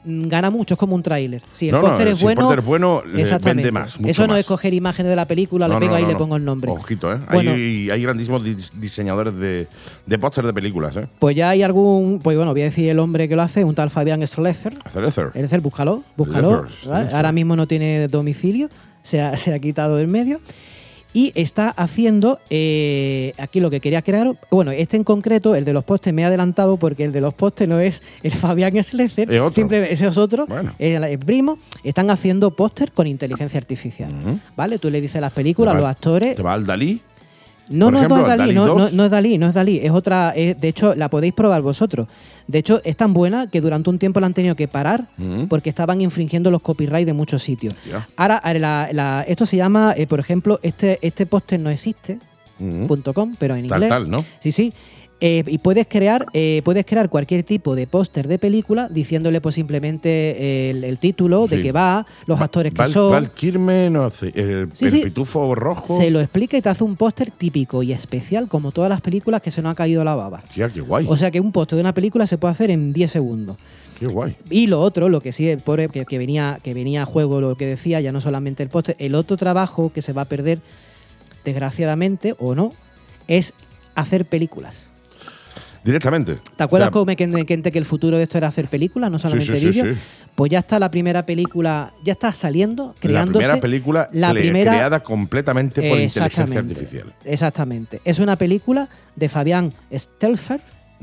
gana mucho, es como un tráiler. Si el No, no, póster es si el bueno, póster es bueno, exactamente. vende más, mucho Eso no más. es coger imágenes de la película, le pego ahí y le pongo el nombre. Ojito, ¿eh? Bueno, Hay grandísimos diseñadores de póster de películas, ¿eh? pues ya hay algún, pues bueno, voy a decir el hombre que lo hace, un tal Fabián Schlezer. Slezer. Búscalo. ¿Vale? Slezer. Ahora mismo no tiene domicilio, se ha quitado del medio. Y está haciendo, aquí lo que quería crear, bueno, este en concreto, el de los postes, me he adelantado porque el de los postes no es el Fabián Schlezer, Es otro. simplemente ese es otro, Bueno. el primo. Están haciendo póster con inteligencia artificial, ¿vale? Tú le dices las películas, los actores. ¿Te va al Dalí? No, Por ejemplo, no es Dalí, Dalí no 2. es Dalí, no es Dalí, es otra, de hecho la podéis probar vosotros. De hecho es tan buena que durante un tiempo la han tenido que parar porque estaban infringiendo los copyrights de muchos sitios. Hostia. Ahora, esto se llama, por ejemplo, este póster no existe, .com, pero en inglés. Tal, ¿no? Sí, sí. Y puedes crear cualquier tipo de póster de película diciéndole pues simplemente el título, de Sí. qué va, los actores que son. Val Kilmer, no sé, el Sí. pitufo rojo. Se lo explica y te hace un póster típico y especial como todas las películas que se nos ha caído la baba. Tía, qué guay. O sea que un póster de una película se puede hacer en 10 segundos. Qué guay. Y lo otro, lo que sí, que venía a juego lo que decía, ya no solamente el póster, el otro trabajo que se va a perder, desgraciadamente o no, es hacer películas. Directamente. ¿Te acuerdas O sea, cómo me conté que el futuro de esto era hacer películas, no solamente sí, vídeos? sí. Pues ya está la primera película, ya está saliendo, creándose. La primera película creada completamente por inteligencia Exactamente, artificial. Exactamente. Es una película de Fabián Stelfer,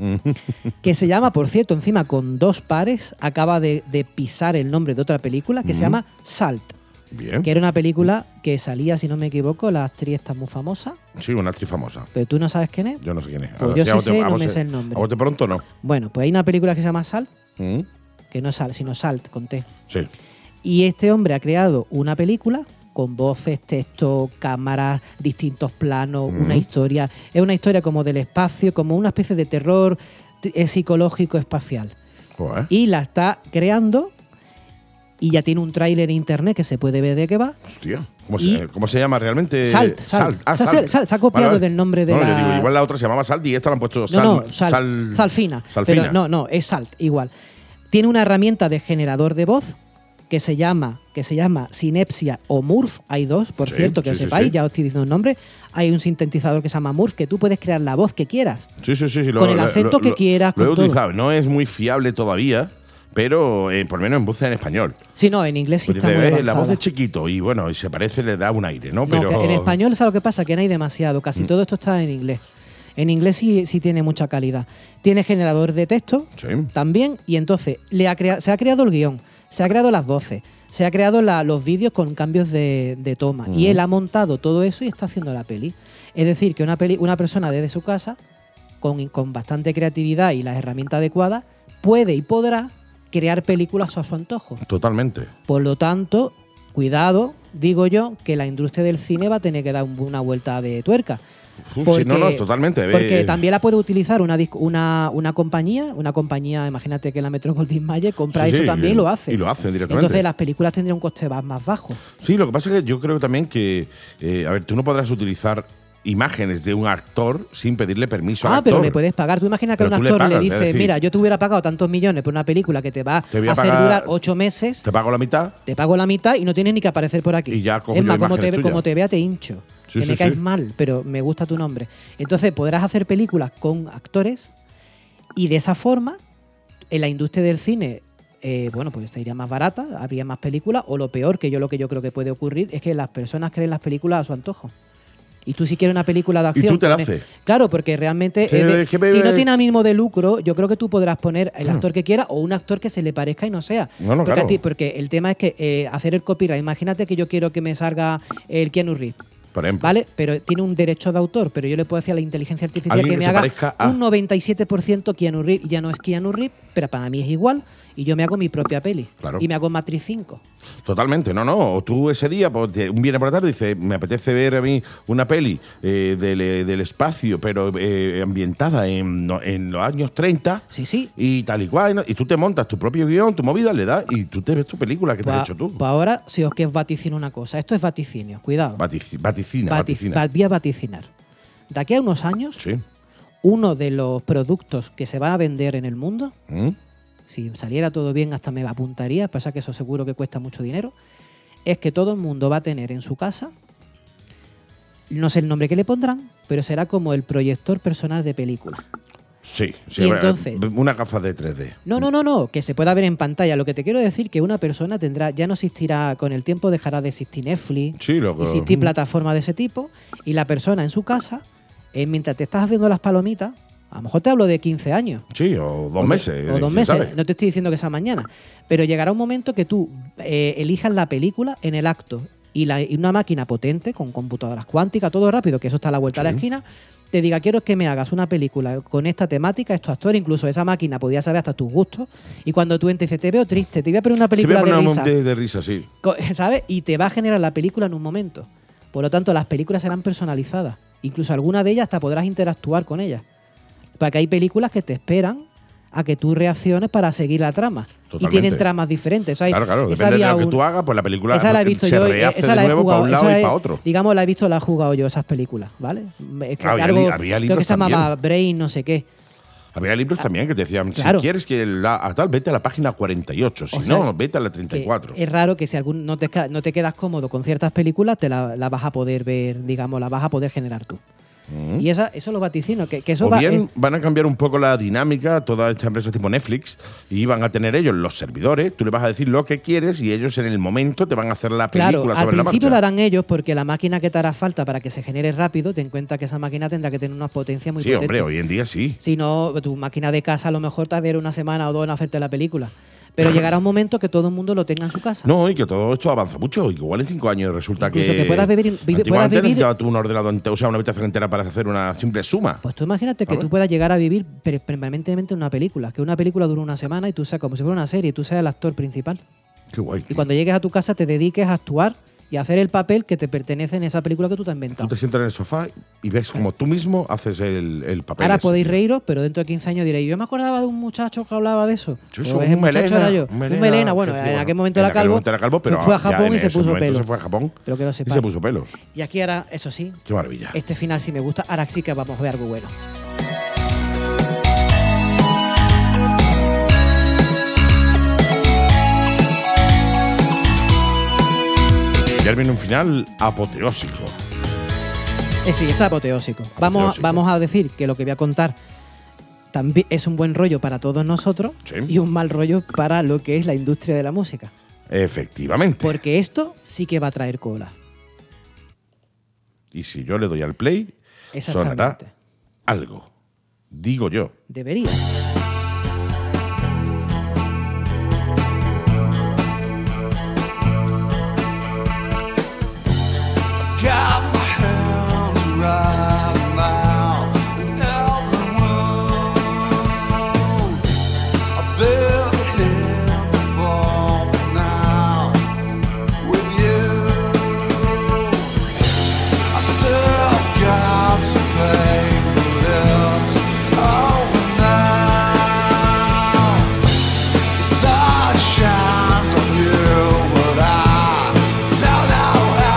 que se llama, por cierto, encima con 2 pares, acaba de pisar el nombre de otra película que se llama Salt. Bien. Que era una película que salía, si no me equivoco, la actriz está muy famosa, Sí, una actriz famosa. pero tú no sabes quién es. Yo no sé quién es. Pues yo sí sé, no me sé el nombre. A bote pronto no. Bueno, pues hay una película que se llama Salt, Mm, que no es Salt, sino Salt, con T. Sí. Y este hombre ha creado una película con voces, texto, cámaras, distintos planos, una historia. Es una historia como del espacio, como una especie de terror psicológico espacial. Joder. Y la está creando y ya tiene un tráiler en internet que se puede ver de qué va. Hostia. Y- ¿Cómo se llama realmente? Salt. Ah, Se ha copiado del nombre de no, la- yo digo, igual la otra se llamaba Salt y esta la han puesto Salfina. Salfina. Pero no, es Salt, igual. Tiene una herramienta de generador de voz que se llama Synepsia o Murph. Hay 2, por Sí, cierto, que sí, lo sí, sepáis, sí. ya os estoy diciendo un nombre. Hay un sintetizador que se llama Murph, que tú puedes crear la voz que quieras. Sí. Con el acento que quieras, Lo he con todo. utilizado. No es muy fiable todavía, pero por lo menos en voz en español. Sí, no, en inglés sí Pues está dice, muy la avanzada. voz es chiquito y bueno, y se parece, le da un aire, ¿no? No, Pero que en español, ¿sabes lo que pasa? Que no hay demasiado. Casi todo esto está en inglés. En inglés sí tiene mucha calidad. Tiene generador de texto Sí. también. Y entonces se ha creado el guión, se ha creado las voces, se ha creado los vídeos con cambios de toma. Y él ha montado todo eso y está haciendo la peli. Es decir, que una persona desde su casa, con bastante creatividad y las herramientas adecuadas, puede y podrá crear películas a su antojo. Totalmente. Por lo tanto, cuidado, digo yo, que la industria del cine va a tener que dar una vuelta de tuerca. Sí, no, totalmente. Porque también la puede utilizar una compañía, imagínate que la Metro Goldwyn Mayer compra Sí, esto sí, también y lo hace. y lo hace directamente. Entonces las películas tendrían un coste más bajo. Sí, lo que pasa es que yo creo también que, a ver, tú no podrás utilizar imágenes de un actor sin pedirle permiso al actor. Pero le puedes pagar. Tú imaginas que Pero un tú le actor le pagas, es dice, decir, mira, yo te hubiera pagado tantos millones por una película que te va Te voy a a hacer pagar- durar 8 meses, Te pago la mitad. te pago la mitad y no tienes ni que aparecer por aquí. Y ya cojo es yo más, como imágenes tuyas. como te vea te hincho. Sí, que sí, me caes sí. mal, pero me gusta tu nombre. Entonces podrás hacer películas con actores y de esa forma en la industria del cine, pues sería más barata, habría más películas, o lo peor, lo que yo creo que puede ocurrir es que las personas creen las películas a su antojo. Y tú si quieres una película de acción… tú te la pones- haces. Claro, porque realmente Sí, es que si no tiene ánimo de lucro, yo creo que tú podrás poner el Claro. actor que quiera o un actor que se le parezca y no sea. No, porque, claro. porque el tema es que hacer el copyright, imagínate que yo quiero que me salga el Keanu Reeves. Por ejemplo. ¿Vale? Pero tiene un derecho de autor, pero yo le puedo decir a la inteligencia artificial Alguien que me que se haga parezca a- un 97% Keanu Reeves y ya no es Keanu Reeves, pero para mí es igual y yo me hago mi propia peli. Claro. Y me hago Matrix 5. Totalmente, no. O tú ese día, pues, un viernes por la tarde, dices, me apetece ver a mí una peli del espacio, pero ambientada en los años 30 Sí. y tal y cual. ¿no? Y tú te montas tu propio guión, tu movida, le das y tú te ves tu película que te has hecho tú. Pues ahora, si os que os vaticino una cosa, esto es vaticinio, cuidado. Vaticina. Voy a vaticinar. De aquí a unos años, Sí. uno de los productos que se va a vender en el mundo ¿Mm? si saliera todo bien hasta me apuntaría, pasa que eso seguro que cuesta mucho dinero, es que todo el mundo va a tener en su casa, no sé el nombre que le pondrán, pero será como el proyector personal de película. Sí, Y entonces, una gafa de 3D. No, que se pueda ver en pantalla. Lo que te quiero decir que una persona ya no existirá, con el tiempo dejará de existir Netflix, Sí, loco. existir plataformas de ese tipo, y la persona en su casa, mientras te estás haciendo las palomitas, a lo mejor te hablo de 15 años. Sí, o 2 meses. O 2 ¿quién meses, sabe? no te estoy diciendo que sea mañana, pero llegará un momento que tú elijas la película en el acto y una máquina potente, con computadoras cuánticas, todo rápido, que eso está a la vuelta de la esquina, te diga, quiero que me hagas una película con esta temática, estos actores, incluso esa máquina podía saber hasta tus gustos, y cuando tú entres, te veo triste, te voy a poner una película de risa. De risa, sí. ¿Sabes? Y te va a generar la película en un momento. Por lo tanto, las películas serán personalizadas. Incluso alguna de ellas hasta podrás interactuar con ellas. Porque hay películas que te esperan a que tú reacciones para seguir la trama. Totalmente. Y tienen tramas diferentes. O sea, Claro, depende de lo que tú hagas, pues la película esa la he visto se yo, rehace esa la de he nuevo jugado, para un lado y para otro. Digamos, la he jugado yo, esas películas, ¿vale? Es que Había creo libros que se llamaba también. Brain, no sé qué. Había libros también que te decían, Claro. si quieres que a tal, vete a la página 48, si O sea, no, vete a la 34. Es raro que si no te quedas cómodo con ciertas películas, la vas a poder ver, digamos, la vas a poder generar tú. Y eso lo vaticino, que eso O bien van a cambiar un poco la dinámica, todas estas empresas tipo Netflix, y van a tener ellos los servidores, tú le vas a decir lo que quieres y ellos en el momento te van a hacer la película Claro, al sobre la principio marcha. lo harán ellos porque la máquina que te hará falta para que se genere rápido, ten en cuenta que esa máquina tendrá que tener una potencia muy Sí, potente. hombre, hoy en día sí. Si no, tu máquina de casa a lo mejor tardará una semana o dos en hacerte la película. Pero llegará un momento que todo el mundo lo tenga en su casa. No, y que todo esto avanza mucho, y que igual en 5 años resulta Incluso que… que puedas Antiguamente vivir- necesitabas tú un ordenador entero, o sea, una habitación entera para hacer una simple suma. Pues tú imagínate que ¿Vale? tú puedas llegar a vivir permanentemente en una película, que una película dura una semana y tú seas como si fuera una serie, y tú seas el actor principal. Qué guay. Y cuando llegues a tu casa te dediques a actuar y a hacer el papel que te pertenece en esa película que tú te has Tú inventado. te sientas en el sofá y ves como tú mismo haces el papel. Ahora ese. podéis reíros, pero dentro de 15 años diréis, yo me acordaba de un muchacho que hablaba de eso. Sí, Pues un ese muchacho melena, era yo. un Un melena, melena, bueno, que en sí, aquel bueno, momento en era aquel calvo. momento era calvo, pero se fue a ya Japón en y se ese puso momento pelo. se fue a Japón Pero que lo y sepáis. se puso pelos. Y aquí ahora, eso sí, Qué maravilla. este final sí me gusta. Ahora sí que vamos a ver algo bueno. Ya viene un final apoteósico. Sí, está apoteósico. Vamos a decir que lo que voy a contar también es un buen rollo para todos nosotros Sí. y un mal rollo para lo que es la industria de la música. Efectivamente. Porque esto sí que va a traer cola. Y si yo le doy al play, sonará Exactamente. algo. Digo yo. Debería. Got my hands right now in every wound. I've been here before, but now with you, I still got some pain, but it's over now. The sun shines on you, but I don't know how.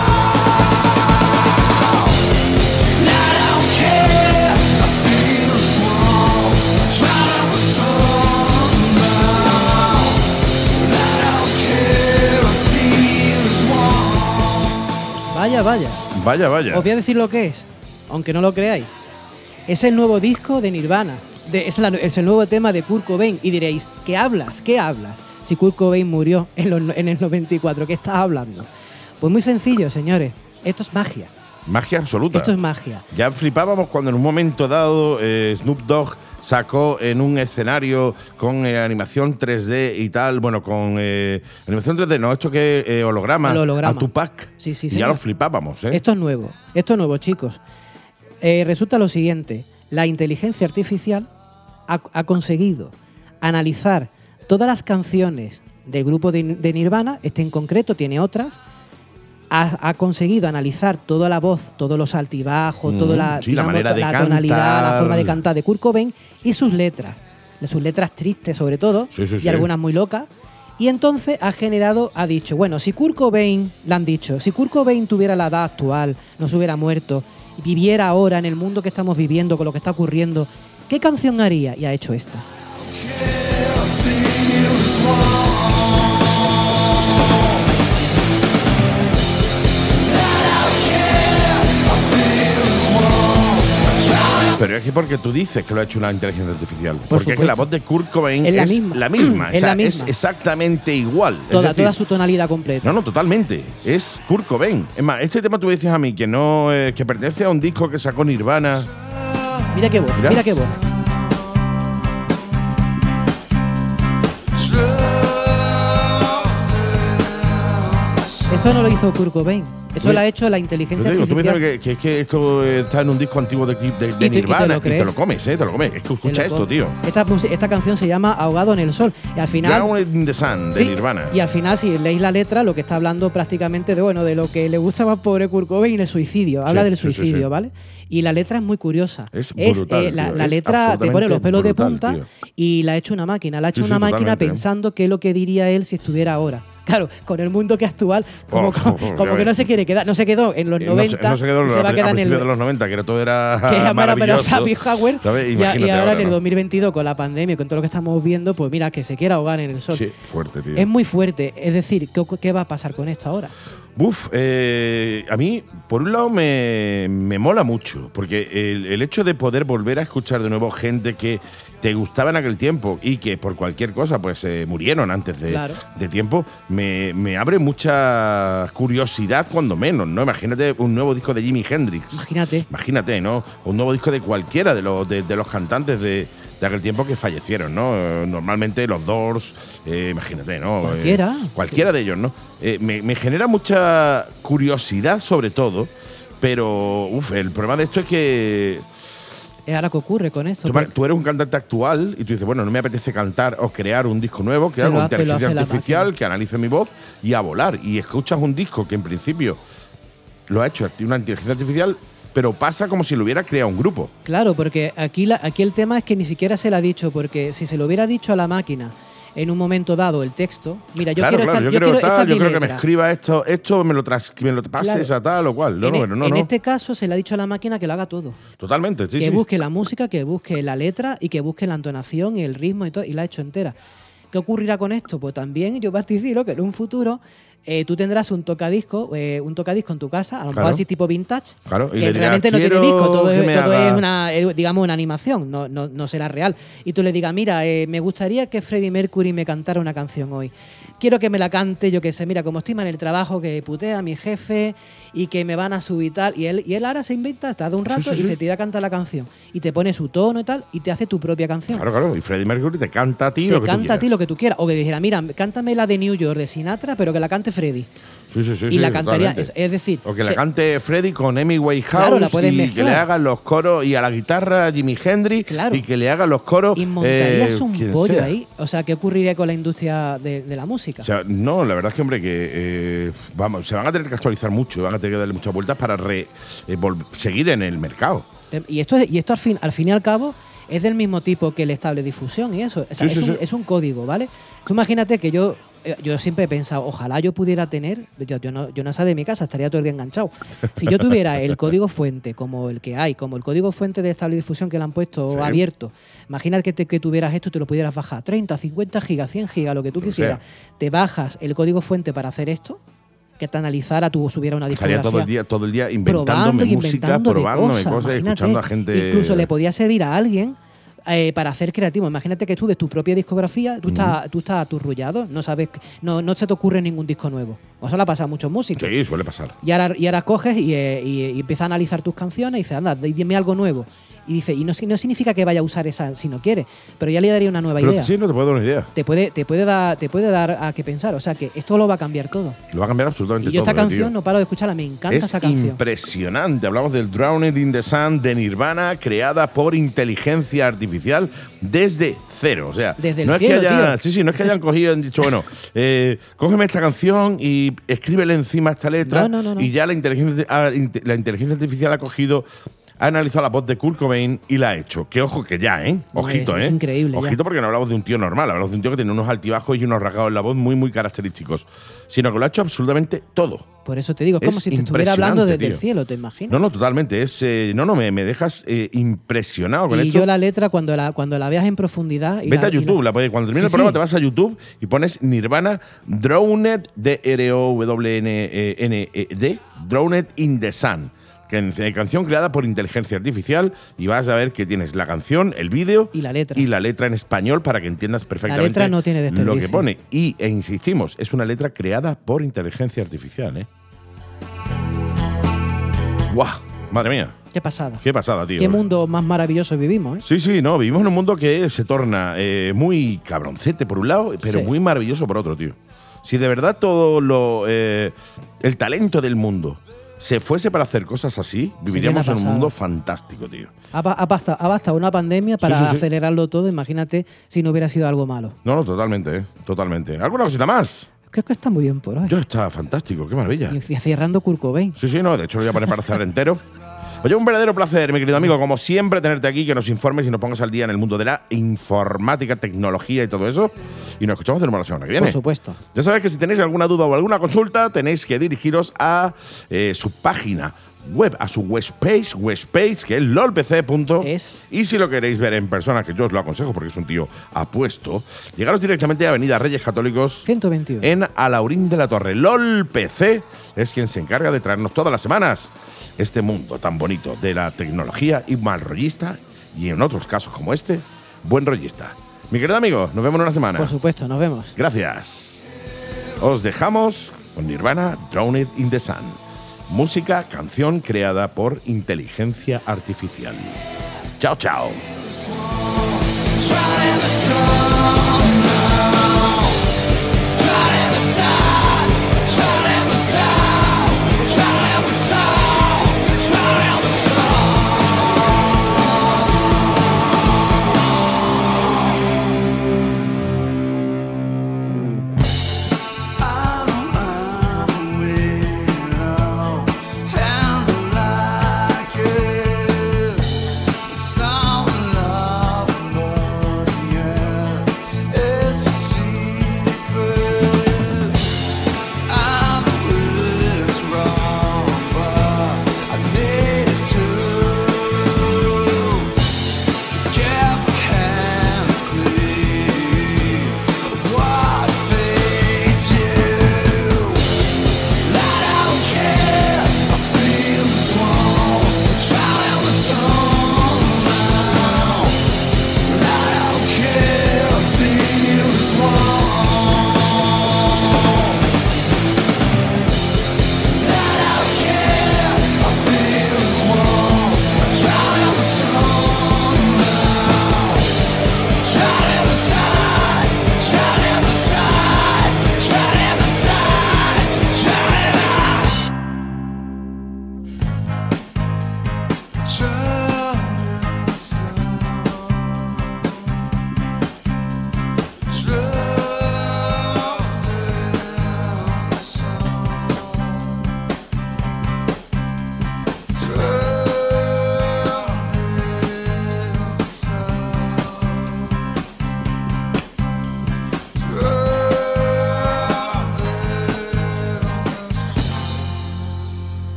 I don't care, I feel small, drowning the sun now. I don't care, I feel warm. Vaya, vaya. Vaya, vaya. Os voy a decir lo que es, aunque no lo creáis. Es el nuevo disco de Nirvana. Es el nuevo tema de Kurt Cobain. Y diréis, ¿qué hablas? ¿Qué hablas? Si Kurt Cobain murió en el 94, ¿qué estás hablando? Pues muy sencillo, señores. Esto es magia. Magia absoluta. Esto es magia. Ya flipábamos cuando en un momento dado Snoop Dogg sacó en un escenario con animación 3D y tal, bueno, con animación 3D, no, esto que holograma, El holograma. a Tupac. Sí, sí, y ya señor. lo flipábamos, ¿eh? Esto es nuevo, chicos. Resulta lo siguiente, la inteligencia artificial ha conseguido analizar todas las canciones del grupo de Nirvana, este en concreto tiene otras, ha conseguido analizar toda la voz, todos los altibajos, toda la, sí, la manera de tonalidad, cantar. la forma de cantar de Kurt Cobain y sus letras tristes sobre todo, Sí, sí, y sí. algunas muy locas. Y entonces ha dicho, bueno, si Kurt Cobain, le han dicho, si Kurt Cobain tuviera la edad actual, no se hubiera muerto, y viviera ahora en el mundo que estamos viviendo, con lo que está ocurriendo, ¿qué canción haría? Y ha hecho esta. I feel porque tú dices que lo ha hecho una inteligencia artificial. Porque es que la supuesto. voz de Kurt Cobain Es la es misma. la misma. Es la Es misma. exactamente igual. Es Toda, decir, toda su tonalidad completa. no, totalmente. Es Kurt Cobain. Es más, este tema tú decías a mí que no que pertenece a un disco que sacó Nirvana. Mira qué voz, Mira. mira qué voz. Eso no lo hizo Kurt Cobain. Eso Oye, lo ha hecho la Yo inteligencia te digo, tú me artificial. dices que esto está en un disco antiguo de te Nirvana lo crees. te lo comes, te lo comes. Es que escucha Te lo esto, co- tío. Esta canción se llama Ahogado en el Sol. Y al final. Drowned in the Sun, de Sí, Nirvana. Y al final, si leéis la letra, lo que está hablando prácticamente de lo que le gusta más pobre Kurt Cobain, el suicidio. Habla Sí, del sí, sí, suicidio, sí. ¿vale? Y la letra es muy curiosa. Es brutal, la tío, es letra te pone los pelos de absolutamente punta brutal, y la ha hecho una máquina. La ha hecho Sí, sí, una máquina totalmente. pensando qué es lo que diría él si estuviera ahora. Claro, con el mundo que es actual, como ya que no ves. se quiere quedar. No se quedó en los 90. No se quedó y se va a a quedar en principios el. de los 90, que todo era Que es maravilloso. pero Happy Hour. ¿sabes? Y Imagínate ahora en el ¿no? 2022, con la pandemia y con todo lo que estamos viendo, pues mira, que se quiera ahogar en el sol. Sí, fuerte, tío. Es muy fuerte. Es decir, ¿qué va a pasar con esto ahora? Buf, a mí, por un lado, me mola mucho, porque el hecho de poder volver a escuchar de nuevo gente que te gustaba en aquel tiempo y que por cualquier cosa pues murieron antes Claro. de tiempo, me abre mucha curiosidad cuando menos, ¿no? Imagínate un nuevo disco de Jimi Hendrix. Imagínate, ¿no? Un nuevo disco de cualquiera de los cantantes de aquel tiempo que fallecieron, ¿no? Normalmente los Doors, imagínate, ¿no? Cualquiera de ellos, ¿no? Me genera mucha curiosidad sobre todo, pero el problema de esto es que Es ahora que ocurre con esto. tú eres un cantante actual y tú dices, bueno, no me apetece cantar o crear un disco nuevo, que Te lo hago hace- lo inteligencia hace la artificial, máquina. que analice mi voz y a volar. Y escuchas un disco que en principio lo ha hecho una inteligencia artificial, pero pasa como si lo hubiera creado un grupo. Claro, porque aquí el tema es que ni siquiera se le ha dicho, porque si se lo hubiera dicho a la máquina en un momento dado el texto, mira, yo quiero esta yo es mi creo que me letra. escriba esto me lo pases Claro. a tal o cual. No, en no. este caso se le ha dicho a la máquina que lo haga todo. Totalmente, sí, que sí. busque la música, que busque la letra y que busque la entonación y el ritmo y todo, y la ha hecho entera. ¿Qué ocurrirá con esto? Pues también yo vaticino que en un futuro tú tendrás un tocadisco en tu casa, a lo mejor Claro. así tipo vintage, Claro, y que le dirás, realmente no tiene "Quiero disco, todo que me es haga-". una, digamos, una animación, no será real. Y tú le digas, mira, me gustaría que Freddie Mercury me cantara una canción hoy. Quiero que me la cante, yo qué sé, mira, como estoy mal en el trabajo, que putea a mi jefe y que me van a subir y tal. Y él ahora se inventa, tarda un rato sí, y sí. se tira a cantar la canción. Y te pone su tono y tal, y te hace tu propia canción. Claro. Y Freddie Mercury te canta a ti lo Te que tú canta a ti quieras. lo que tú quieras. O que dijera, mira, cántame la de New York de Sinatra, pero que la cante Freddie. Sí, y la cantaría. totalmente. Es decir, O que la cante Freddie con Amy Winehouse Claro, la puedes y que mezclar. le hagan los coros y a la guitarra Jimi Hendrix Claro. y que le hagan los coros. y montarías un quien pollo sea. ahí. O sea, ¿qué ocurriría con la industria de la música? O sea, no, la verdad es que, hombre, que se van a tener que actualizar mucho, van a tener que darle muchas vueltas para seguir en el mercado. Y esto al fin y al cabo es del mismo tipo que el estable difusión y eso. O sea, Sí, sí, sí. es un código, ¿vale? Tú imagínate que yo siempre he pensado, ojalá yo pudiera tener, yo no salgo de mi casa, estaría todo el día enganchado. Si yo tuviera el código fuente como el que hay, como el código fuente de estable difusión que le han puesto Sí. abierto, imagínate que tuvieras esto y te lo pudieras bajar, 30, 50 gigas, 100 gigas, lo que tú Lo que quisieras. Te bajas el código fuente para hacer esto, que te analizara, tú subiera una discografía. Estaría todo el día Probando inventándome y música, inventando de probándome cosas, cosas, imagínate. escuchando a gente. Incluso le podía servir a alguien para hacer creativo. Imagínate que tú ves tu propia discografía, tú estás aturrullado, no sabes, no se te ocurre ningún disco nuevo. Eso le pasa a muchos músicos. Sí, suele pasar. Y ahora coges y empiezas a analizar tus canciones y dices, anda, dime algo nuevo. Y dice, y no significa que vaya a usar esa si no quiere, pero ya le daría una nueva Pero idea. sí, no te puedo dar una idea. Te puede dar a qué pensar. O sea que esto lo va a cambiar todo. Lo va a cambiar absolutamente Y yo todo. esta canción tío. no paro de escucharla, me encanta Es esa canción. impresionante. Hablamos del Drowned in the Sun de Nirvana, creada por inteligencia artificial desde cero. O sea, Desde el no es cielo, que hayan, tío. sí, no es que hayan cogido y han dicho, bueno, cógeme esta canción y escríbele encima esta letra. No. Y ya la inteligencia artificial ha cogido. Ha analizado la voz de Kurt Cobain y la ha hecho. Que ojo que ya, ¿eh? No, Ojito, es ¿eh? increíble, ya. Ojito porque no hablamos de un tío normal, hablamos de un tío que tiene unos altibajos y unos rasgados en la voz muy, muy característicos. Sino que lo ha hecho absolutamente todo. Por eso te digo, es como Es si te estuviera hablando impresionante, desde el tío. cielo, ¿te imaginas? No, totalmente. Me dejas impresionado con Y esto. yo la letra, cuando la veas en profundidad… Vete a YouTube, cuando termine Sí, el programa sí. te vas a YouTube y pones Nirvana Drowned, D-R-O-W-N-E-D, Drowned in the Sun. Canción creada por inteligencia artificial y vas a ver que tienes la canción, el vídeo Y la letra. en español para que entiendas perfectamente letra no tiene desperdicio. lo que pone. E insistimos, es una letra creada por inteligencia artificial, ¿eh? ¡Guau! Madre mía, Qué pasada. qué pasada, tío. Qué mundo más maravilloso vivimos, ¿eh? Sí, sí, no, vivimos en un mundo que se torna muy cabroncete por un lado, pero Sí. muy maravilloso por otro, tío. Si de verdad todo el talento del mundo se fuese para hacer cosas así, viviríamos Sería en una un mundo pasada. fantástico, tío. Ha bastado una pandemia para Sí, sí, sí. acelerarlo todo. Imagínate si no hubiera sido algo malo. No, totalmente, totalmente. ¿Alguna cosita más? Creo que está muy bien por hoy. Yo está fantástico, qué maravilla. Y cerrando Kurt Cobain. Sí, sí, no, de hecho lo voy a poner para cerrar entero. Oye, un verdadero placer, mi querido amigo, como siempre, tenerte aquí, que nos informes y nos pongas al día en el mundo de la informática, tecnología y todo eso. Y nos escuchamos de nuevo la semana que viene. Por supuesto. Ya sabéis que si tenéis alguna duda o alguna consulta, tenéis que dirigiros a su página web, a su webpage, que es lolpc. Y si lo queréis ver en persona, que yo os lo aconsejo porque es un tío apuesto, llegaros directamente a Avenida Reyes Católicos 121. en Alaurín de la Torre. LOLPC es quien se encarga de traernos todas las semanas este mundo tan bonito de la tecnología y mal rollista, y en otros casos como este, buen rollista. Mi querido amigo, nos vemos en una semana. Por supuesto, nos vemos. Gracias. Os dejamos con Nirvana, Drowned in the Sun. Música, canción creada por inteligencia artificial. Chao, chao. Drown in the sun.